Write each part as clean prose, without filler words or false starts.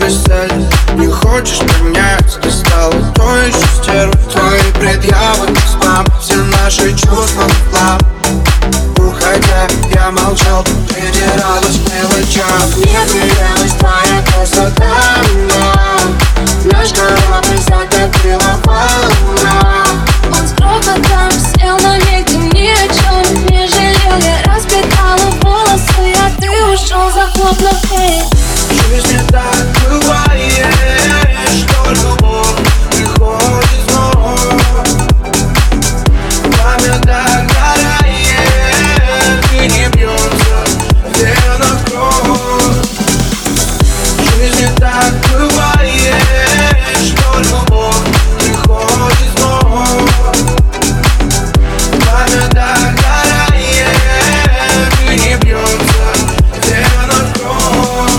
постели. Не хочешь поменять, ты стала той еще стервой. Твои предъявы как спам, все наши чувства в хлам. Уходя, я молчал, придиралась к мелочам. Мне нравилась твоя красота, но наш корабль затопила волна. Он с грохотом сел на месте, ни о чем не жалел. Я распитала волосы, а ты ушел, захлопнув дверь. В жизни так бывает, что любовь приходит снова. Пламя догорает, и не бьется в венах кровь. В жизни так бывает, что любовь приходит снова. Пламя догорает, и не бьется в венах кровь.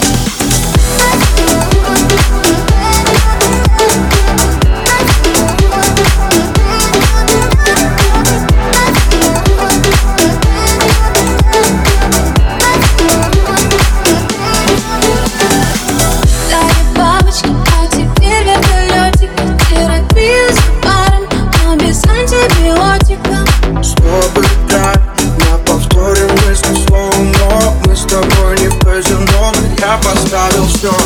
Чтобы играть на повторе мысли словно, но мы с тобой не в казино. Я поставил все.